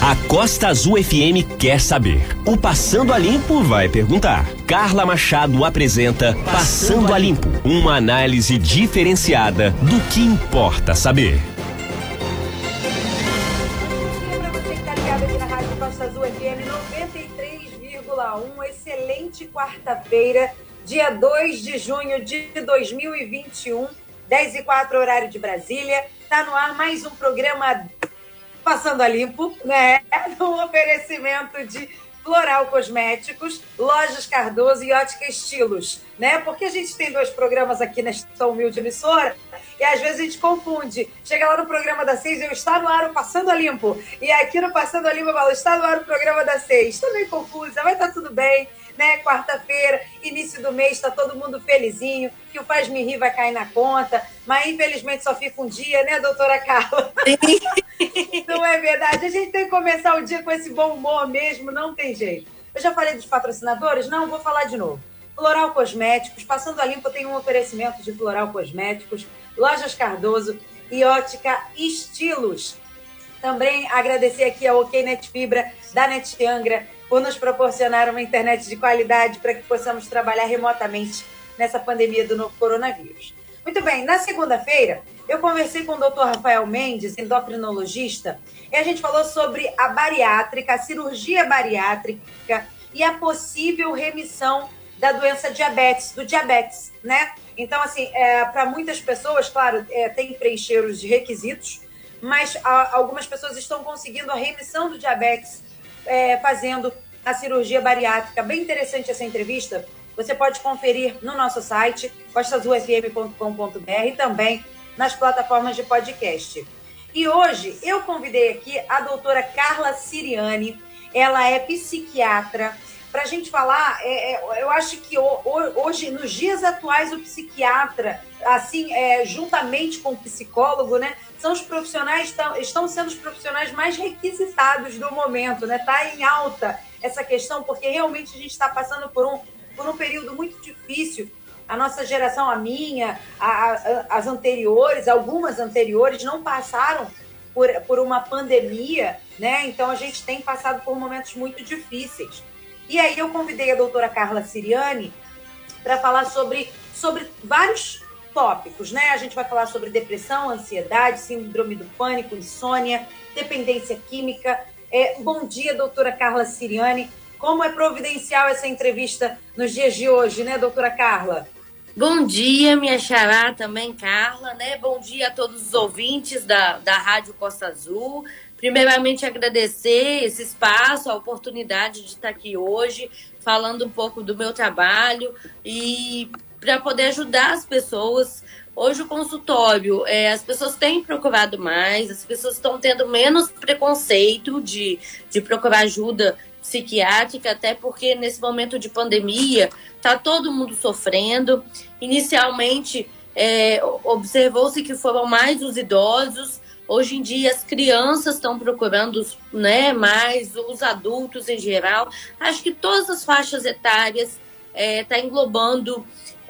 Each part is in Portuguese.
A Costa Azul FM quer saber. O Passando a Limpo vai perguntar. Carla Machado apresenta Passando a Limpo, uma análise diferenciada do que importa saber. Para você que está ligado aqui na Rádio Costa Azul FM 93,1, excelente quarta-feira, dia 2 de junho de 2021, 10h04, horário de Brasília. Está no ar mais um programa Passando a Limpo, né? Um oferecimento de Floral Cosméticos, Lojas Cardoso e Ótica Estilos, né? Porque a gente tem dois programas aqui nesta humilde emissora e às vezes a gente confunde. Chega lá no programa da 6, eu está no ar o Passando a Limpo. E aqui no Passando a Limpo eu falo, está no ar o programa da 6. Estou meio confusa, mas tá tudo bem, né? Quarta-feira, início do mês, tá todo mundo felizinho, que o Faz Me Rir vai cair na conta, mas infelizmente só fica um dia, né, doutora Carla? Não é verdade? A gente tem que começar o dia com esse bom humor mesmo, não tem jeito. Eu já falei dos patrocinadores? Não, vou falar de novo. Floral Cosméticos, Passando a Limpo tem um oferecimento de Floral Cosméticos, Lojas Cardoso e Ótica Estilos. Também agradecer aqui a OK Net Fibra da Net Angra por nos proporcionar uma internet de qualidade para que possamos trabalhar remotamente nessa pandemia do novo coronavírus. Muito bem, na segunda-feira eu conversei com o Dr. Rafael Mendes, endocrinologista, e a gente falou sobre a bariátrica, a cirurgia bariátrica e a possível remissão da doença diabetes, do diabetes, né? Então, assim, para muitas pessoas, claro, tem que preencher os requisitos, mas algumas pessoas estão conseguindo a remissão do diabetes fazendo a cirurgia bariátrica. Bem interessante essa entrevista. Você pode conferir no nosso site, costazulfm.com.br, e também nas plataformas de podcast. E hoje eu convidei aqui a doutora Carla Siriani, ela é psiquiatra, para a gente falar, eu acho que hoje, nos dias atuais, o psiquiatra, assim, juntamente com o psicólogo, né, são os profissionais, estão sendo os profissionais mais requisitados do momento, né? Está em alta essa questão, porque realmente a gente está passando por um período muito difícil. A nossa geração, a minha, as anteriores, algumas anteriores, não passaram por uma pandemia, né? Então a gente tem passado por momentos muito difíceis. E aí eu convidei a doutora Carla Siriani para falar sobre vários tópicos, né? A gente vai falar sobre depressão, ansiedade, síndrome do pânico, insônia, dependência química. Bom dia, doutora Carla Siriani. Como é providencial essa entrevista nos dias de hoje, né, doutora Carla? Bom dia, minha xará também, Carla, né? Bom dia a todos os ouvintes da Rádio Costa Azul. Primeiramente, agradecer esse espaço, a oportunidade de estar aqui hoje, falando um pouco do meu trabalho e para poder ajudar as pessoas. Hoje o consultório, as pessoas têm procurado mais, as pessoas estão tendo menos preconceito de procurar ajuda psiquiátrica, até porque nesse momento de pandemia está todo mundo sofrendo. Inicialmente, observou-se que foram mais os idosos. Hoje em dia, as crianças estão procurando, né, mais, os adultos em geral. Acho que todas as faixas etárias está englobando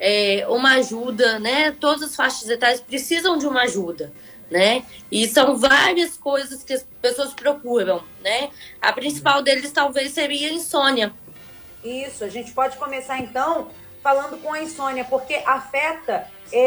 uma ajuda, né? Todas as faixas etárias precisam de uma ajuda, né? E são várias coisas que as pessoas procuram, né? A principal deles talvez seria a insônia. Isso, a gente pode começar então falando com a insônia, porque afeta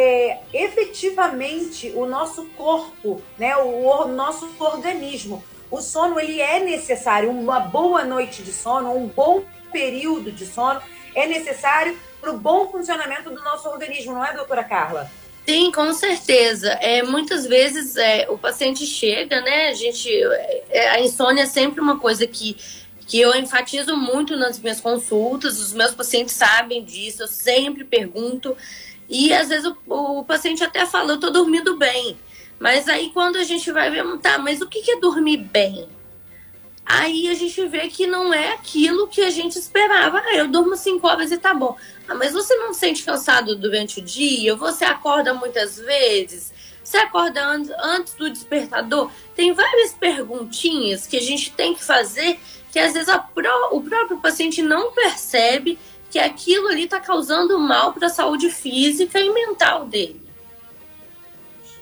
efetivamente o nosso corpo, né? O nosso organismo. O sono, ele é necessário, uma boa noite de sono, um bom período de sono é necessário para o bom funcionamento do nosso organismo, não é, doutora Carla? Sim, com certeza. Muitas vezes o paciente chega, né? A insônia é sempre uma coisa que eu enfatizo muito nas minhas consultas, os meus pacientes sabem disso, eu sempre pergunto. E às vezes o paciente até fala, eu tô dormindo bem. Mas aí quando a gente vai ver, tá, mas o que é dormir bem? Aí a gente vê que não é aquilo que a gente esperava. Eu durmo 5 horas e tá bom. Mas você não se sente cansado durante o dia? Você acorda muitas vezes? Você acorda antes do despertador? Tem várias perguntinhas que a gente tem que fazer que às vezes o próprio paciente não percebe que aquilo ali está causando mal para a saúde física e mental dele.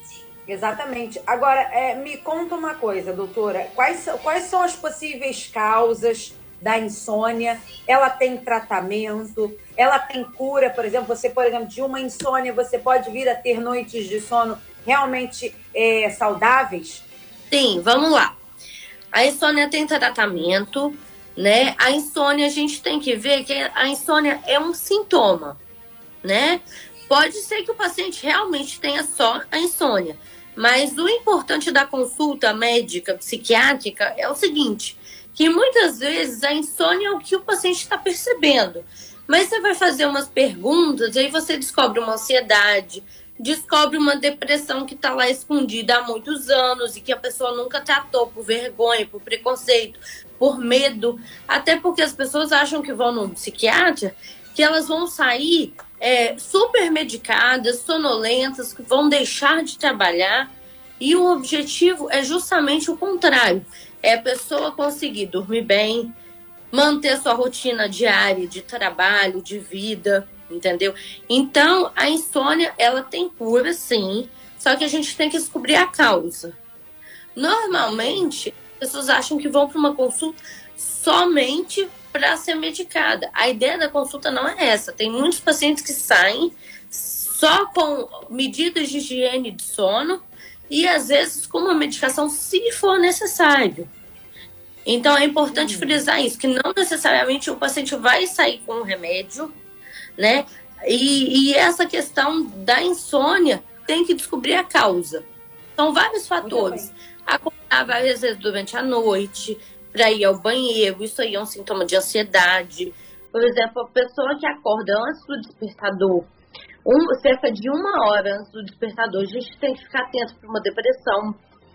Exatamente. Agora, me conta uma coisa, doutora. Quais são as possíveis causas da insônia? Ela tem tratamento? Ela tem cura? Por exemplo, de uma insônia, você pode vir a ter noites de sono realmente saudáveis? Sim, vamos lá. A insônia tem tratamento, né? A insônia, a gente tem que ver que a insônia é um sintoma, né? Pode ser que o paciente realmente tenha só a insônia, mas o importante da consulta médica, psiquiátrica, é o seguinte, que muitas vezes a insônia é o que o paciente está percebendo, mas você vai fazer umas perguntas e aí você descobre uma ansiedade, descobre uma depressão que está lá escondida há muitos anos e que a pessoa nunca tratou por vergonha, por preconceito, por medo, até porque as pessoas acham que vão no psiquiatra, que elas vão sair super medicadas, sonolentas, que vão deixar de trabalhar, e o objetivo é justamente o contrário, é a pessoa conseguir dormir bem, manter sua rotina diária de trabalho, de vida, entendeu? Então, a insônia, ela tem cura, sim, só que a gente tem que descobrir a causa. Normalmente, as pessoas acham que vão para uma consulta somente para ser medicada. A ideia da consulta não é essa. Tem muitos pacientes que saem só com medidas de higiene de sono e, às vezes, com uma medicação, se for necessário. Então, é importante frisar isso, que não necessariamente o paciente vai sair com um remédio, né? E essa questão da insônia tem que descobrir a causa. São vários fatores. Acordar várias vezes durante a noite, para ir ao banheiro, isso aí é um sintoma de ansiedade. Por exemplo, a pessoa que acorda antes do despertador, cerca de 1 hora antes do despertador, a gente tem que ficar atento para uma depressão.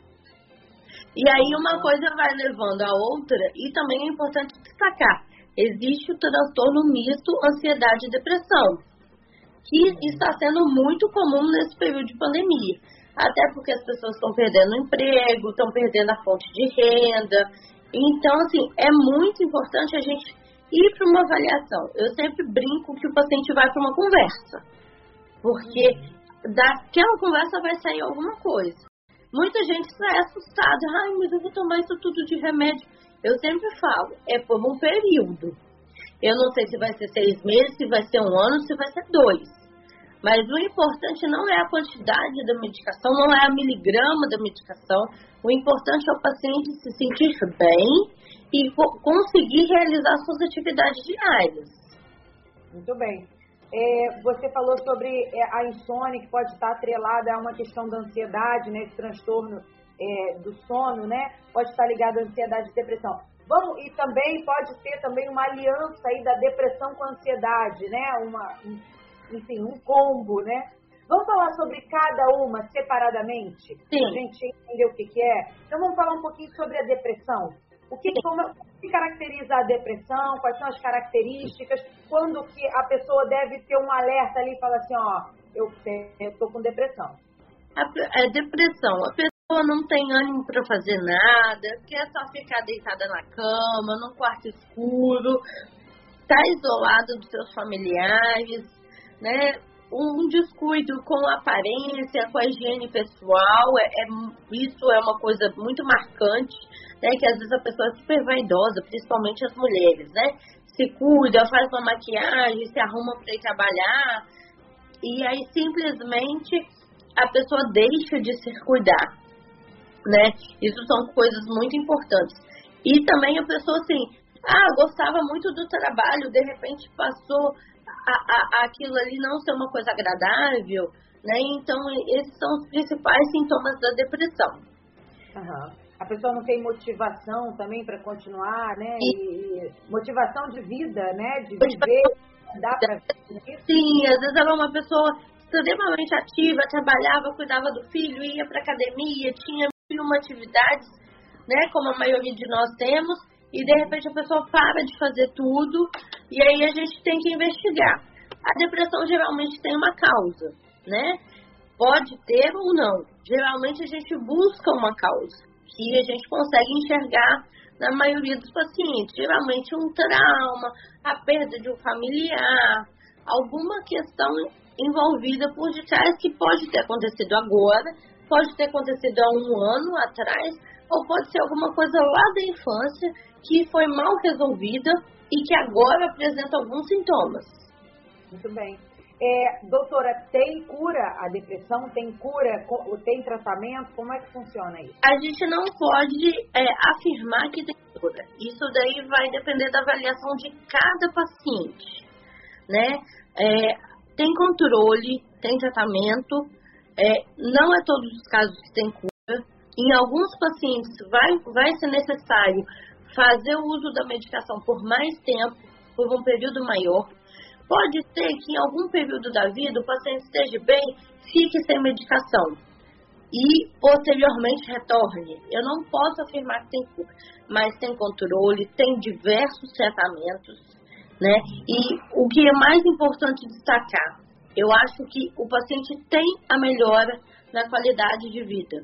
E aí uma coisa vai levando a outra, e também é importante destacar, existe o transtorno misto ansiedade e depressão, que está sendo muito comum nesse período de pandemia. Até porque as pessoas estão perdendo o emprego, estão perdendo a fonte de renda. Então, assim, é muito importante a gente ir para uma avaliação. Eu sempre brinco que o paciente vai para uma conversa, porque daquela conversa vai sair alguma coisa. Muita gente sai assustada, mas eu vou tomar isso tudo de remédio. Eu sempre falo, é por um período. Eu não sei se vai ser 6 meses, se vai ser 1 ano, se vai ser 2. Mas o importante não é a quantidade da medicação, não é a miligrama da medicação. O importante é o paciente se sentir bem e conseguir realizar suas atividades diárias. Muito bem. Você falou sobre a insônia, que pode estar atrelada a uma questão da ansiedade, né? Esse transtorno do sono, né? Pode estar ligado à ansiedade e depressão. E também pode ter também uma aliança aí da depressão com a ansiedade, né? Enfim, um combo, né? Vamos falar sobre cada uma separadamente? Sim. Para a gente entender o que é. Então vamos falar um pouquinho sobre a depressão. O que caracteriza a depressão? Quais são as características? Quando que a pessoa deve ter um alerta ali e falar assim, eu estou com depressão? A depressão, a pessoa não tem ânimo para fazer nada, quer só ficar deitada na cama, num quarto escuro, está isolada dos seus familiares, né? Um descuido com a aparência, com a higiene pessoal, isso é uma coisa muito marcante, né? Que às vezes a pessoa é super vaidosa, principalmente as mulheres, né? Se cuida, faz uma maquiagem, se arruma para ir trabalhar, e aí simplesmente a pessoa deixa de se cuidar, né? Isso são coisas muito importantes. E também a pessoa assim, gostava muito do trabalho, de repente passou aquilo ali não ser uma coisa agradável, né? Então, esses são os principais sintomas da depressão. Uhum. A pessoa não tem motivação também para continuar, né? E motivação de vida, né? De viver, dá para ver. Sim, às vezes ela é uma pessoa extremamente ativa, trabalhava, cuidava do filho, ia para academia, tinha uma atividade, né? Como a maioria de nós temos. E, de repente, a pessoa para de fazer tudo e aí a gente tem que investigar. A depressão geralmente tem uma causa, né? Pode ter ou não. Geralmente, a gente busca uma causa que a gente consegue enxergar na maioria dos pacientes. Geralmente, um trauma, a perda de um familiar, alguma questão envolvida por detrás que pode ter acontecido agora, pode ter acontecido há um ano atrás, ou pode ser alguma coisa lá da infância que foi mal resolvida e que agora apresenta alguns sintomas. Muito bem. Doutora, tem cura a depressão? Tem cura? Tem tratamento? Como é que funciona isso? A gente não pode afirmar que tem cura. Isso daí vai depender da avaliação de cada paciente, né? Tem controle, tem tratamento, não é todos os casos que tem cura. Em alguns pacientes vai ser necessário fazer o uso da medicação por mais tempo, por um período maior. Pode ser que em algum período da vida o paciente esteja bem, fique sem medicação e posteriormente retorne. Eu não posso afirmar que tem cura, mas tem controle, tem diversos tratamentos, né? E o que é mais importante destacar, eu acho que o paciente tem a melhora na qualidade de vida.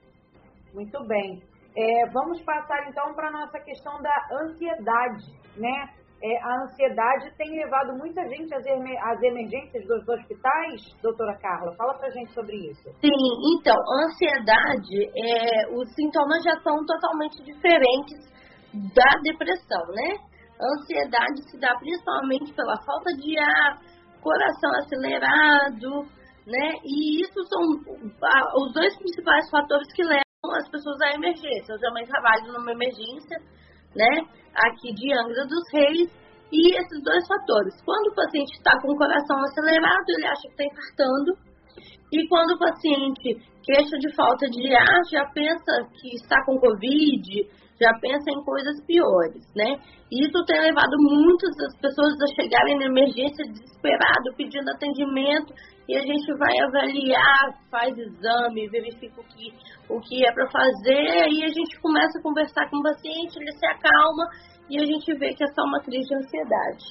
Muito bem. Vamos passar então para a nossa questão da ansiedade, né? A ansiedade tem levado muita gente às emergências dos hospitais, doutora Carla? Fala pra gente sobre isso. Sim, então, a ansiedade, os sintomas já são totalmente diferentes da depressão, né? A ansiedade se dá principalmente pela falta de ar, coração acelerado, né? E isso são os dois principais fatores que levam as pessoas à emergência. Eu também trabalho numa emergência, né, aqui de Angra dos Reis, e esses dois fatores. Quando o paciente está com o coração acelerado, ele acha que está infartando, e quando o paciente queixa de falta de ar, já pensa que está com Covid, já pensa em coisas piores, né? E isso tem levado muitas das pessoas a chegarem na emergência desesperado, pedindo atendimento, e a gente vai avaliar, faz exame, verifica o que é para fazer, e a gente começa a conversar com o paciente, ele se acalma, e a gente vê que é só uma crise de ansiedade.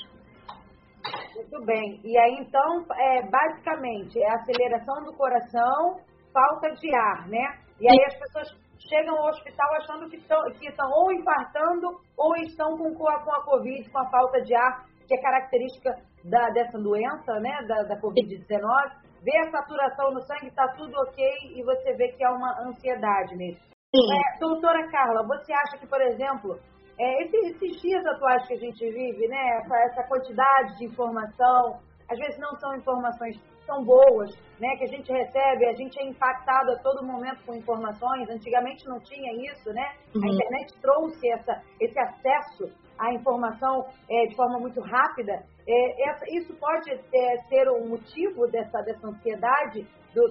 Muito bem. E aí, então, basicamente, é aceleração do coração, falta de ar, né? E aí as pessoas chegam ao hospital achando que estão ou infartando ou estão com a Covid, com a falta de ar, que é característica dessa doença, né, da Covid-19. Vê a saturação no sangue, está tudo ok, e você vê que é uma ansiedade mesmo. Doutora Carla, você acha que, por exemplo, esses dias atuais que a gente vive, né, essa quantidade de informação, às vezes não são informações tão boas, né, que a gente recebe, a gente é impactado a todo momento com informações, antigamente não tinha isso, né? Uhum. A internet trouxe esse acesso à informação de forma muito rápida. Isso pode ser um motivo dessa ansiedade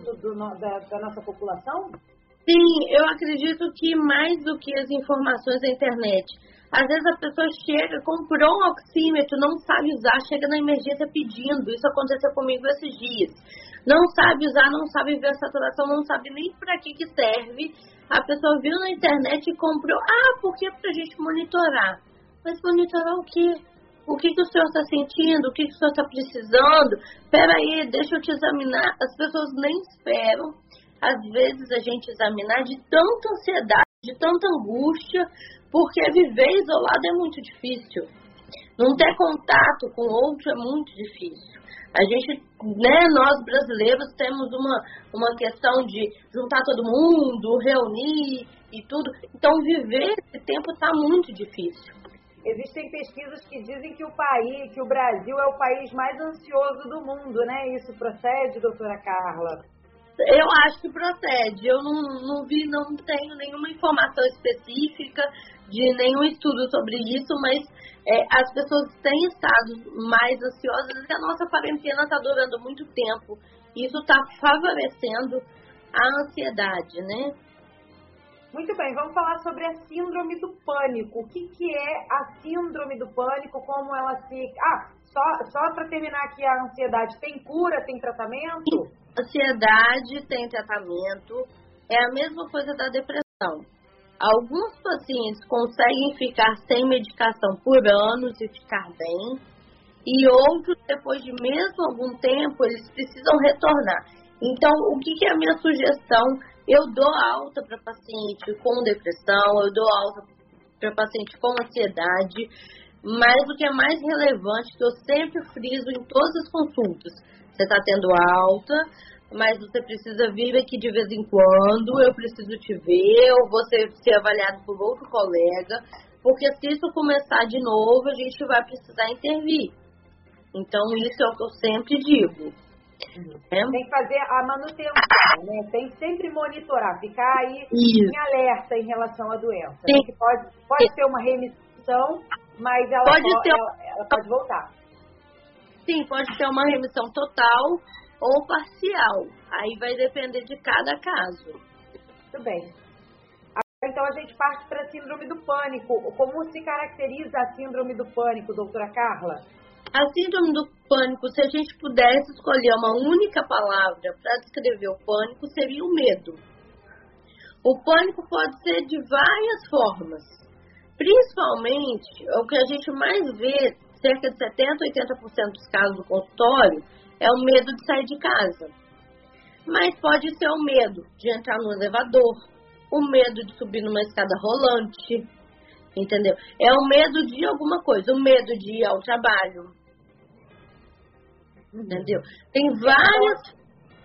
da nossa população? Sim, eu acredito que mais do que as informações da internet. Às vezes a pessoa chega, comprou um oxímetro, não sabe usar, chega na emergência pedindo. Isso aconteceu comigo esses dias. Não sabe usar, não sabe ver a saturação, não sabe nem para que serve. A pessoa viu na internet e comprou. Porque é pra gente monitorar. Mas monitorar o quê? O que o senhor está sentindo? O que o senhor está precisando? Peraí, deixa eu te examinar. As pessoas nem esperam, às vezes, a gente examinar de tanta ansiedade, de tanta angústia, porque viver isolado é muito difícil. Não ter contato com o outro é muito difícil. A gente, né, nós brasileiros temos uma questão de juntar todo mundo, reunir e tudo. Então, viver esse tempo está muito difícil. Existem pesquisas que dizem que o Brasil é o país mais ansioso do mundo, né? Isso procede, doutora Carla? Eu acho que procede. Eu não tenho nenhuma informação específica de nenhum estudo sobre isso, mas as pessoas têm estado mais ansiosas e a nossa quarentena está durando muito tempo. Isso está favorecendo a ansiedade, né? Muito bem, vamos falar sobre a síndrome do pânico. O que é a síndrome do pânico? Como ela se... só para terminar aqui a ansiedade, tem cura, tem tratamento? Ansiedade tem tratamento, é a mesma coisa da depressão. Alguns pacientes conseguem ficar sem medicação por anos e ficar bem, e outros, depois de mesmo algum tempo, eles precisam retornar. Então, o que é a minha sugestão? Eu dou alta para paciente com depressão, eu dou alta para paciente com ansiedade, mas o que é mais relevante, que eu sempre friso em todas as consultas, você está tendo alta, mas você precisa vir aqui de vez em quando, eu preciso te ver, ou você ser avaliado por outro colega, porque se isso começar de novo, a gente vai precisar intervir. Então, isso é o que eu sempre digo. Tem que fazer a manutenção, né? Tem que sempre monitorar, ficar aí em alerta em relação à doença. Né? Que pode ter uma remissão, mas ela pode voltar. Sim, pode ter uma remissão total ou parcial. Aí vai depender de cada caso. Muito bem. Então a gente parte para a síndrome do pânico. Como se caracteriza a síndrome do pânico, doutora Carla? A síndrome do pânico, se a gente pudesse escolher uma única palavra para descrever o pânico, seria o medo. O pânico pode ser de várias formas. Principalmente, o que a gente mais vê, cerca de 70% a 80% dos casos do consultório, é o medo de sair de casa. Mas pode ser o medo de entrar no elevador, o medo de subir numa escada rolante, entendeu? É o medo de alguma coisa, o medo de ir ao trabalho, entendeu? Tem várias...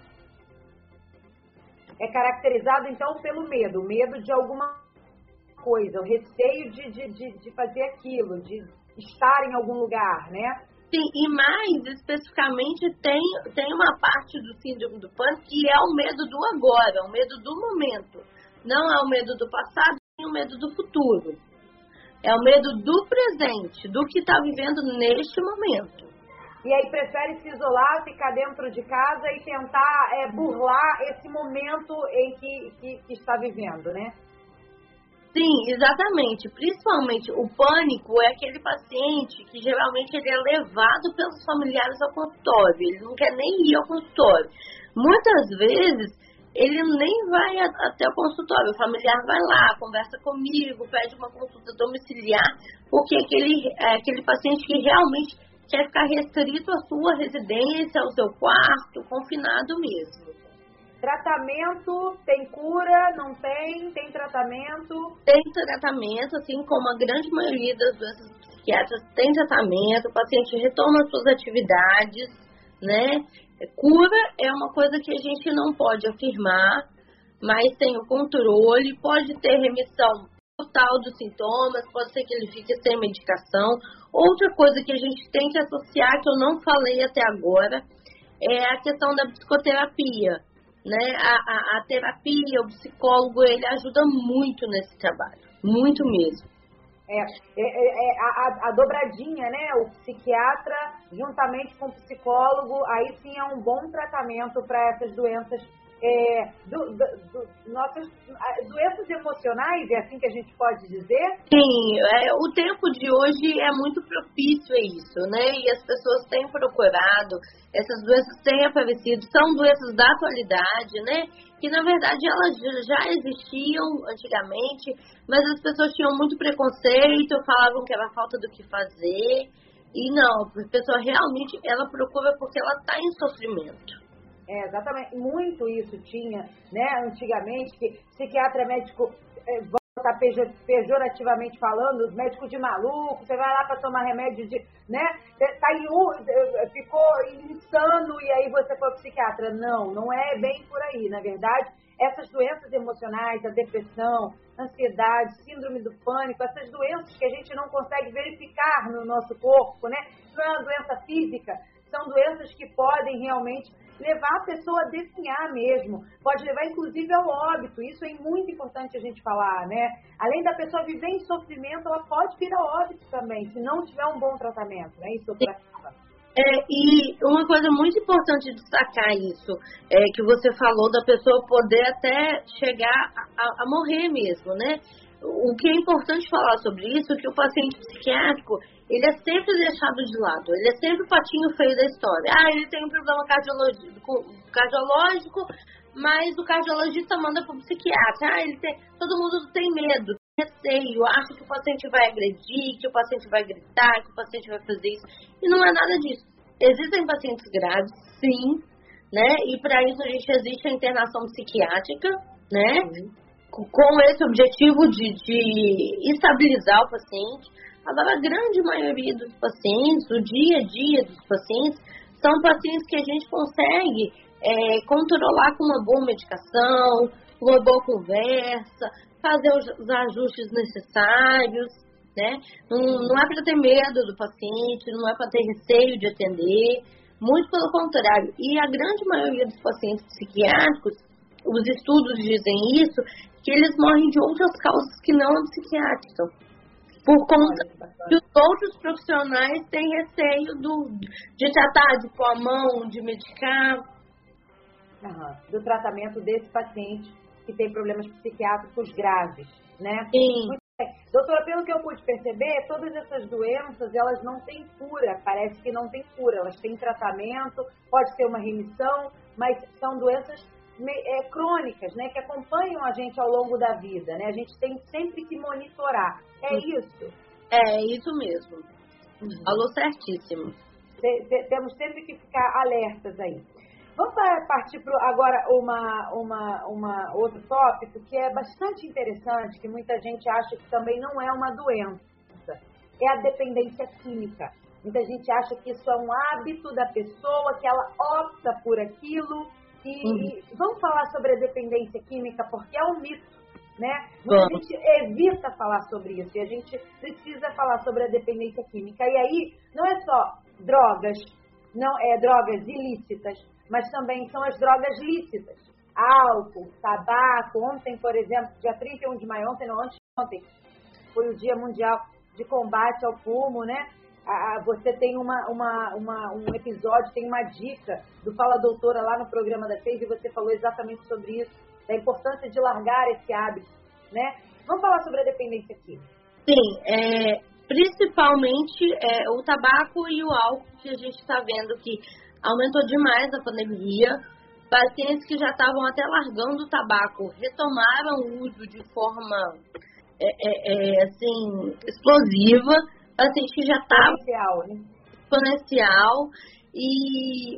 É caracterizado, então, pelo medo, o medo de alguma coisa, o receio de fazer aquilo, de estar em algum lugar, né? Sim, e mais especificamente tem uma parte do síndrome do pânico que é o medo do agora, o medo do momento. Não é o medo do passado, nem o medo do futuro. É o medo do presente, do que está vivendo neste momento. E aí prefere se isolar, ficar dentro de casa e tentar burlar esse momento em que está vivendo, né? Sim, exatamente. Principalmente o pânico é aquele paciente que geralmente ele é levado pelos familiares ao consultório. Ele não quer nem ir ao consultório. Muitas vezes ele nem vai até o consultório. O familiar vai lá, conversa comigo, pede uma consulta domiciliar, porque aquele paciente que realmente quer ficar restrito à sua residência, ao seu quarto, confinado mesmo. Tratamento, tem cura, não tem? Tem tratamento? Tem tratamento, assim como a grande maioria das doenças psiquiátricas tem tratamento, o paciente retoma suas atividades, né? Cura é uma coisa que a gente não pode afirmar, mas tem o controle, pode ter remissão total dos sintomas, pode ser que ele fique sem medicação. Outra coisa que a gente tem que associar, que eu não falei até agora, é a questão da psicoterapia. Né? A terapia, o psicólogo, ele ajuda muito nesse trabalho, muito mesmo. A dobradinha, né? O psiquiatra juntamente com o psicólogo, aí sim é um bom tratamento para essas doenças, nossas doenças emocionais, é assim que a gente pode dizer? Sim, o tempo de hoje é muito propício a isso, né? E as pessoas têm procurado, essas doenças têm aparecido, são doenças da atualidade, né? Que na verdade elas já existiam antigamente, mas as pessoas tinham muito preconceito, falavam que era falta do que fazer. E não, a pessoa realmente, ela procura porque ela está em sofrimento. Exatamente, muito isso tinha, né, antigamente, que psiquiatra, médico, tá pejorativamente falando, médico de maluco, você vai lá para tomar remédio de, né, ficou insano e aí você foi psiquiatra. Não é bem por aí, na verdade, essas doenças emocionais, a depressão, ansiedade, síndrome do pânico, essas doenças que a gente não consegue verificar no nosso corpo, né, não é uma doença física, são doenças que podem realmente levar a pessoa a definhar mesmo, pode levar inclusive ao óbito, isso é muito importante a gente falar, né? Além da pessoa viver em sofrimento, ela pode vir ao óbito também, se não tiver um bom tratamento, né? Isso e uma coisa muito importante destacar isso, que você falou da pessoa poder até chegar a morrer mesmo, né? O que é importante falar sobre isso é que o paciente psiquiátrico, ele é sempre deixado de lado, ele é sempre o patinho feio da história. Ele tem um problema cardiológico, mas o cardiologista manda para o psiquiatra. Todo mundo tem medo, tem receio, acha que o paciente vai agredir, que o paciente vai gritar, que o paciente vai fazer isso. E não é nada disso. Existem pacientes graves, sim, né? E para isso existe a internação psiquiátrica, né? Com esse objetivo de estabilizar o paciente. Agora, a grande maioria dos pacientes, o dia a dia dos pacientes, são pacientes que a gente consegue controlar com uma boa medicação, uma boa conversa, fazer os ajustes necessários, né? Não é para ter medo do paciente, não é para ter receio de atender, muito pelo contrário. E a grande maioria dos pacientes psiquiátricos, os estudos dizem isso, que eles morrem de outras causas que não a psiquiátrica, por conta que os outros profissionais têm receio de tratar, de pôr a mão, de medicar. Do tratamento desse paciente que tem problemas psiquiátricos graves, né? Sim. Muito bem. Doutora, pelo que eu pude perceber, todas essas doenças, elas não têm cura, parece que não têm cura, elas têm tratamento, pode ser uma remissão, mas são doenças crônicas, né, que acompanham a gente ao longo da vida, né? A gente tem sempre que monitorar. É isso? É isso mesmo. Falou certíssimo. Temos sempre que ficar alertas aí. Vamos partir para agora outro tópico que é bastante interessante, que muita gente acha que também não é uma doença. É a dependência química. Muita gente acha que isso é um hábito da pessoa, que ela opta por aquilo. E vamos falar sobre a dependência química, porque é um mito, né? Muita gente evita falar sobre isso, e a gente precisa falar sobre a dependência química. E aí, não é só drogas, não é drogas ilícitas, mas também são as drogas lícitas. Álcool, tabaco. Ontem, por exemplo, dia 31 de maio, ontem foi o Dia Mundial de Combate ao Fumo, né? Você tem um episódio, tem uma dica do Fala Doutora lá no programa da 6, e você falou exatamente sobre isso, da importância de largar esse hábito, né? Vamos falar sobre a dependência química. Sim, principalmente o tabaco e o álcool, que a gente está vendo que aumentou demais a pandemia. Pacientes que já estavam até largando o tabaco retomaram o uso de forma explosiva. Paciente que já estava exponencial, e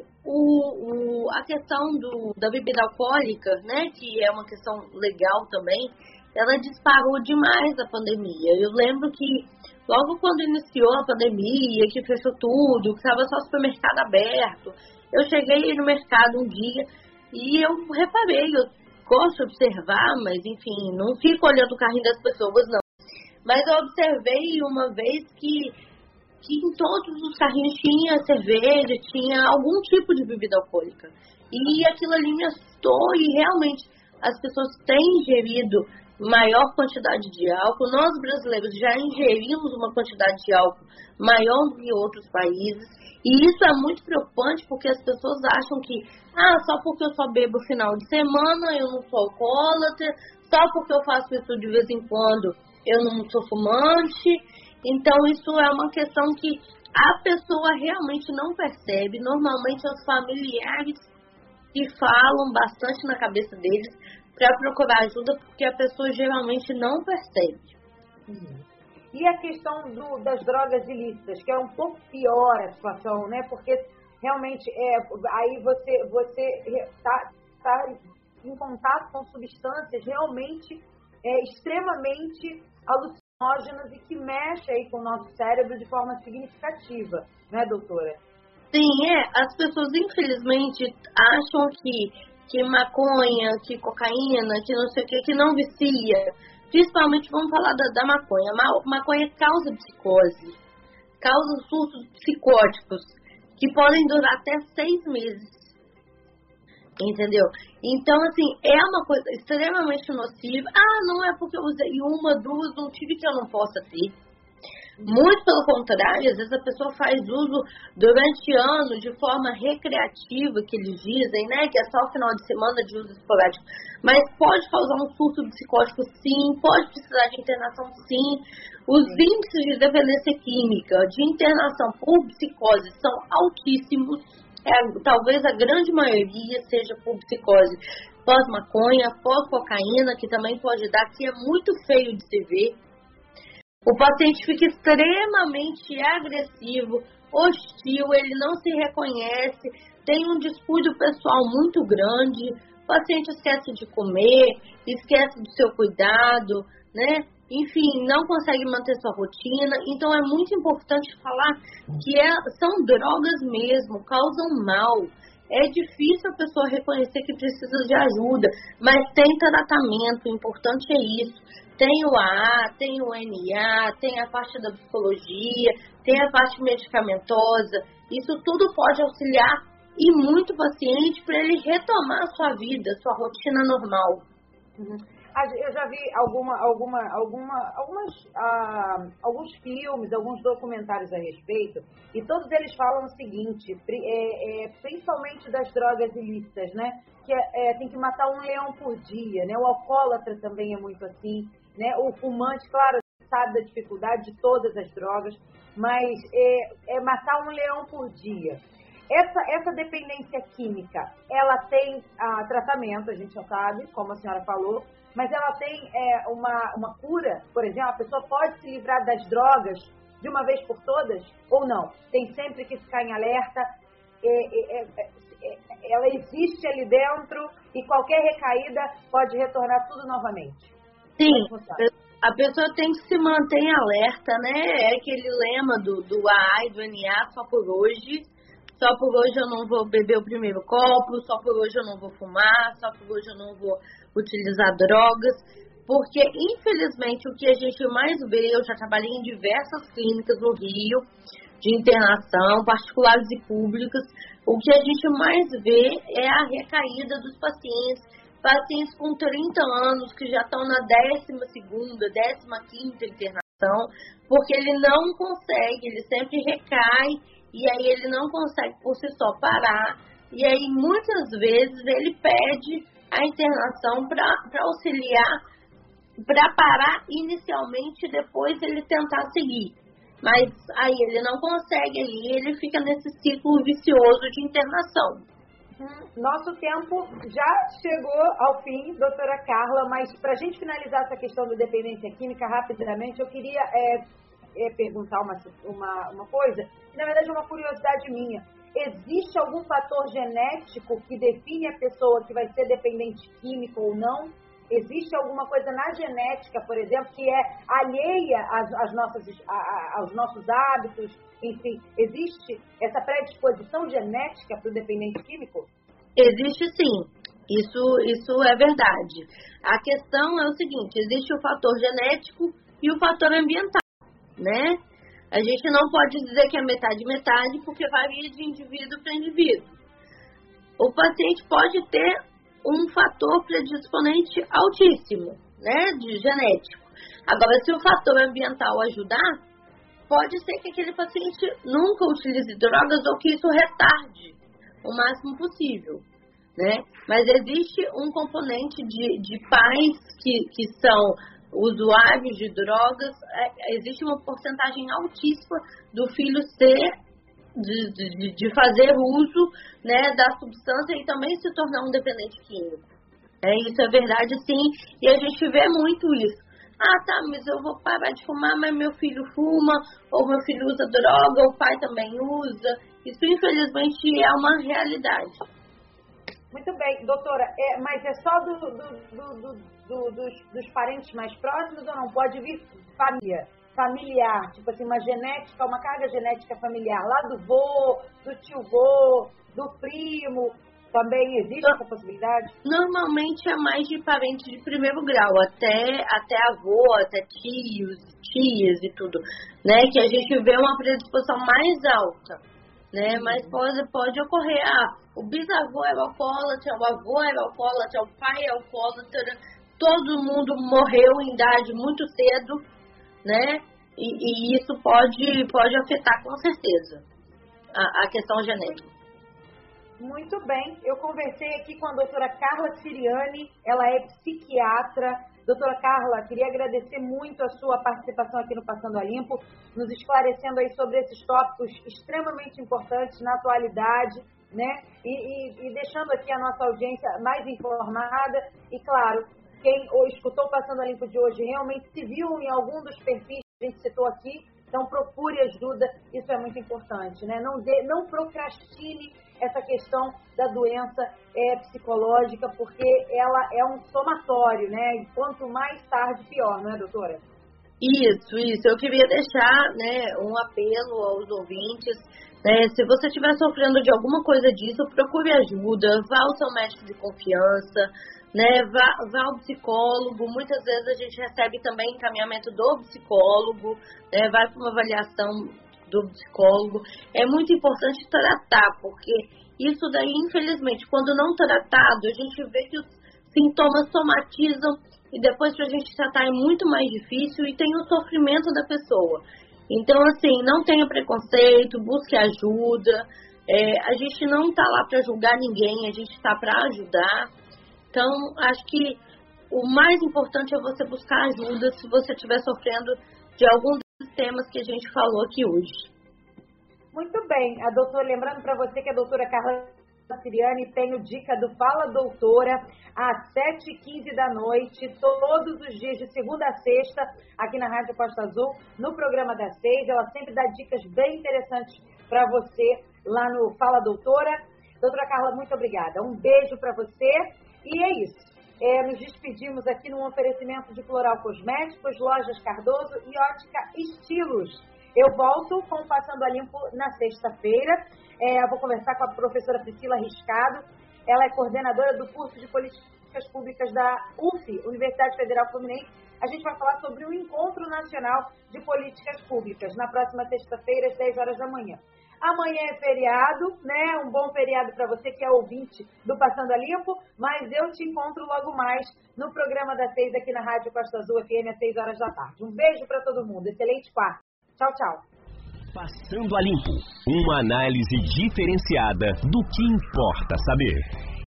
a questão da bebida alcoólica, né, que é uma questão legal também, ela disparou demais a pandemia. Eu lembro que logo quando iniciou a pandemia, que fechou tudo, que estava só o supermercado aberto, eu cheguei no mercado um dia e eu reparei, eu gosto de observar, mas enfim, não fico olhando o carrinho das pessoas, não. Mas eu observei uma vez que em todos os carrinhos tinha cerveja, tinha algum tipo de bebida alcoólica. E aquilo ali me assustou, e realmente as pessoas têm ingerido maior quantidade de álcool. Nós brasileiros já ingerimos uma quantidade de álcool maior do que outros países. E isso é muito preocupante, porque as pessoas acham que só porque eu só bebo final de semana, eu não sou alcoólatra, só porque eu faço isso de vez em quando, eu não sou fumante. Então, isso é uma questão que a pessoa realmente não percebe. Normalmente, os familiares que falam bastante na cabeça deles para procurar ajuda, porque a pessoa geralmente não percebe. E a questão das drogas ilícitas, que é um pouco pior a situação, né? Porque realmente aí você está em contato com substâncias realmente extremamente alucinógenas e que mexem aí com o nosso cérebro de forma significativa, né, doutora? Sim, as pessoas infelizmente acham que maconha, que cocaína, que não sei o que não vicia. Principalmente, vamos falar da maconha. A maconha causa psicose, causa surtos psicóticos, que podem durar até 6 meses. Entendeu? Então, assim, é uma coisa extremamente nociva. Não é porque eu usei 1, 2, um tive que eu não possa ter. Muito pelo contrário, às vezes a pessoa faz uso durante anos de forma recreativa, que eles dizem, né? Que é só o final de semana de uso esporádico. Mas pode causar um surto psicótico, sim. Pode precisar de internação, sim. Os índices de dependência química, de internação por psicose são altíssimos. Talvez a grande maioria seja por psicose pós-maconha, pós-cocaína, que também pode dar, que é muito feio de se ver. O paciente fica extremamente agressivo, hostil, ele não se reconhece, tem um descuido pessoal muito grande, o paciente esquece de comer, esquece do seu cuidado, né? Enfim, não consegue manter sua rotina. Então é muito importante falar que são drogas mesmo, causam mal. é difícil a pessoa reconhecer que precisa de ajuda, mas tem tratamento, o importante é isso. Tem o AA, tem o NA, tem a parte da psicologia, tem a parte medicamentosa. Isso tudo pode auxiliar e muito o paciente para ele retomar a sua vida, a sua rotina normal. Eu já vi alguns filmes, alguns documentários a respeito, e todos eles falam o seguinte, principalmente das drogas ilícitas, né? Que tem que matar um leão por dia, né? O alcoólatra também é muito assim, né? O fumante, claro, sabe da dificuldade de todas as drogas, mas é matar um leão por dia. Essa dependência química, ela tem tratamento, a gente já sabe, como a senhora falou, mas ela tem uma cura, por exemplo, a pessoa pode se livrar das drogas de uma vez por todas ou não? Tem sempre que ficar em alerta, ela existe ali dentro e qualquer recaída pode retornar tudo novamente. Sim, a pessoa tem que se manter em alerta, né? É aquele lema do AA e do NA, só por hoje eu não vou beber o primeiro copo, só por hoje eu não vou fumar, só por hoje eu não vou utilizar drogas, porque infelizmente o que a gente mais vê, eu já trabalhei em diversas clínicas no Rio, de internação, particulares e públicas, o que a gente mais vê é a recaída dos pacientes com 30 anos que já estão na 12ª, 15ª internação, porque ele não consegue, ele sempre recai, e aí ele não consegue por si só parar, e aí muitas vezes ele pede a internação para auxiliar, para parar inicialmente e depois ele tentar seguir. Mas aí ele não consegue ali, ele fica nesse ciclo vicioso de internação. Nosso tempo já chegou ao fim, doutora Carla, mas para a gente finalizar essa questão da dependência química rapidamente, eu queria perguntar uma coisa, que na verdade é uma curiosidade minha. Existe algum fator genético que define a pessoa que vai ser dependente químico ou não? Existe alguma coisa na genética, por exemplo, que é alheia aos nossos hábitos? Enfim, existe essa predisposição genética para o dependente químico? Existe sim, isso é verdade. A questão é o seguinte, existe o fator genético e o fator ambiental, né? A gente não pode dizer que é metade, porque varia de indivíduo para indivíduo. O paciente pode ter um fator predisponente altíssimo, né, de genético. Agora, se o fator ambiental ajudar, pode ser que aquele paciente nunca utilize drogas ou que isso retarde o máximo possível, né? Mas existe um componente de pais que são usuários de drogas, existe uma porcentagem altíssima do filho de fazer uso, né, da substância e também se tornar um dependente químico. Isso é verdade, sim, e a gente vê muito isso. Tá, mas eu vou parar de fumar, mas meu filho fuma, ou meu filho usa droga, o pai também usa. Isso, infelizmente, é uma realidade. Muito bem, doutora, mas é só dos parentes mais próximos ou não? Pode vir familiar, tipo assim, uma genética, uma carga genética familiar, lá do vô, do tio-vô, do primo, também existe essa possibilidade? Normalmente é mais de parente de primeiro grau, até avô, até tios, tias e tudo, né? Que a gente vê uma predisposição mais alta, né? Mas pode ocorrer, o bisavô era alcoólatra, o avô era alcoólatra, o pai é alcoólatra, todo mundo morreu em idade muito cedo, né? E isso pode afetar com certeza a questão genética. Muito bem, eu conversei aqui com a doutora Carla Siriani, ela é psiquiatra. Doutora Carla, queria agradecer muito a sua participação aqui no Passando a Limpo, nos esclarecendo aí sobre esses tópicos extremamente importantes na atualidade, né? E deixando aqui a nossa audiência mais informada e, claro, quem escutou o Passando a Limpo de hoje realmente se viu em algum dos perfis que a gente citou aqui, então procure ajuda, isso é muito importante, né? Não procrastine essa questão da doença psicológica, porque ela é um somatório, né? E quanto mais tarde, pior, não é, doutora? Isso. Eu queria deixar, né, um apelo aos ouvintes Se você estiver sofrendo de alguma coisa disso, procure ajuda, vá ao seu médico de confiança, né? Vá ao psicólogo. Muitas vezes a gente recebe também encaminhamento do psicólogo, né? Vai para uma avaliação do psicólogo. É muito importante tratar, porque isso daí, infelizmente, quando não tratado, a gente vê que os sintomas somatizam e depois pra gente tratar é muito mais difícil e tem o sofrimento da pessoa. Então, assim, não tenha preconceito, busque ajuda. A gente não tá lá para julgar ninguém, a gente tá para ajudar. Então, acho que o mais importante é você buscar ajuda se você estiver sofrendo de algum desses temas que a gente falou aqui hoje. Muito bem. A doutora, lembrando para você que a doutora Carla Siriani tem o Dica do Fala Doutora às 7h15 da noite, todos os dias de segunda a sexta, aqui na Rádio Costa Azul, no programa das 6. Ela sempre dá dicas bem interessantes para você lá no Fala Doutora. Doutora Carla, muito obrigada. Um beijo para você. E é isso. Nos despedimos aqui num oferecimento de Floral Cosméticos, Lojas Cardoso e Ótica Estilos. Eu volto com o Passando a Limpo na sexta-feira. Eu vou conversar com a professora Priscila Riscado. Ela é coordenadora do curso de Políticas Públicas da UF, Universidade Federal Fluminense. A gente vai falar sobre o Encontro Nacional de Políticas Públicas, na próxima sexta-feira, às 10 horas da manhã. Amanhã é feriado, né? Um bom feriado para você que é ouvinte do Passando a Limpo, mas eu te encontro logo mais no programa das 6 aqui na Rádio Costa Azul FM às 6 horas da tarde. Um beijo para todo mundo. Excelente quarta. Tchau, tchau. Passando a Limpo, uma análise diferenciada do que importa saber.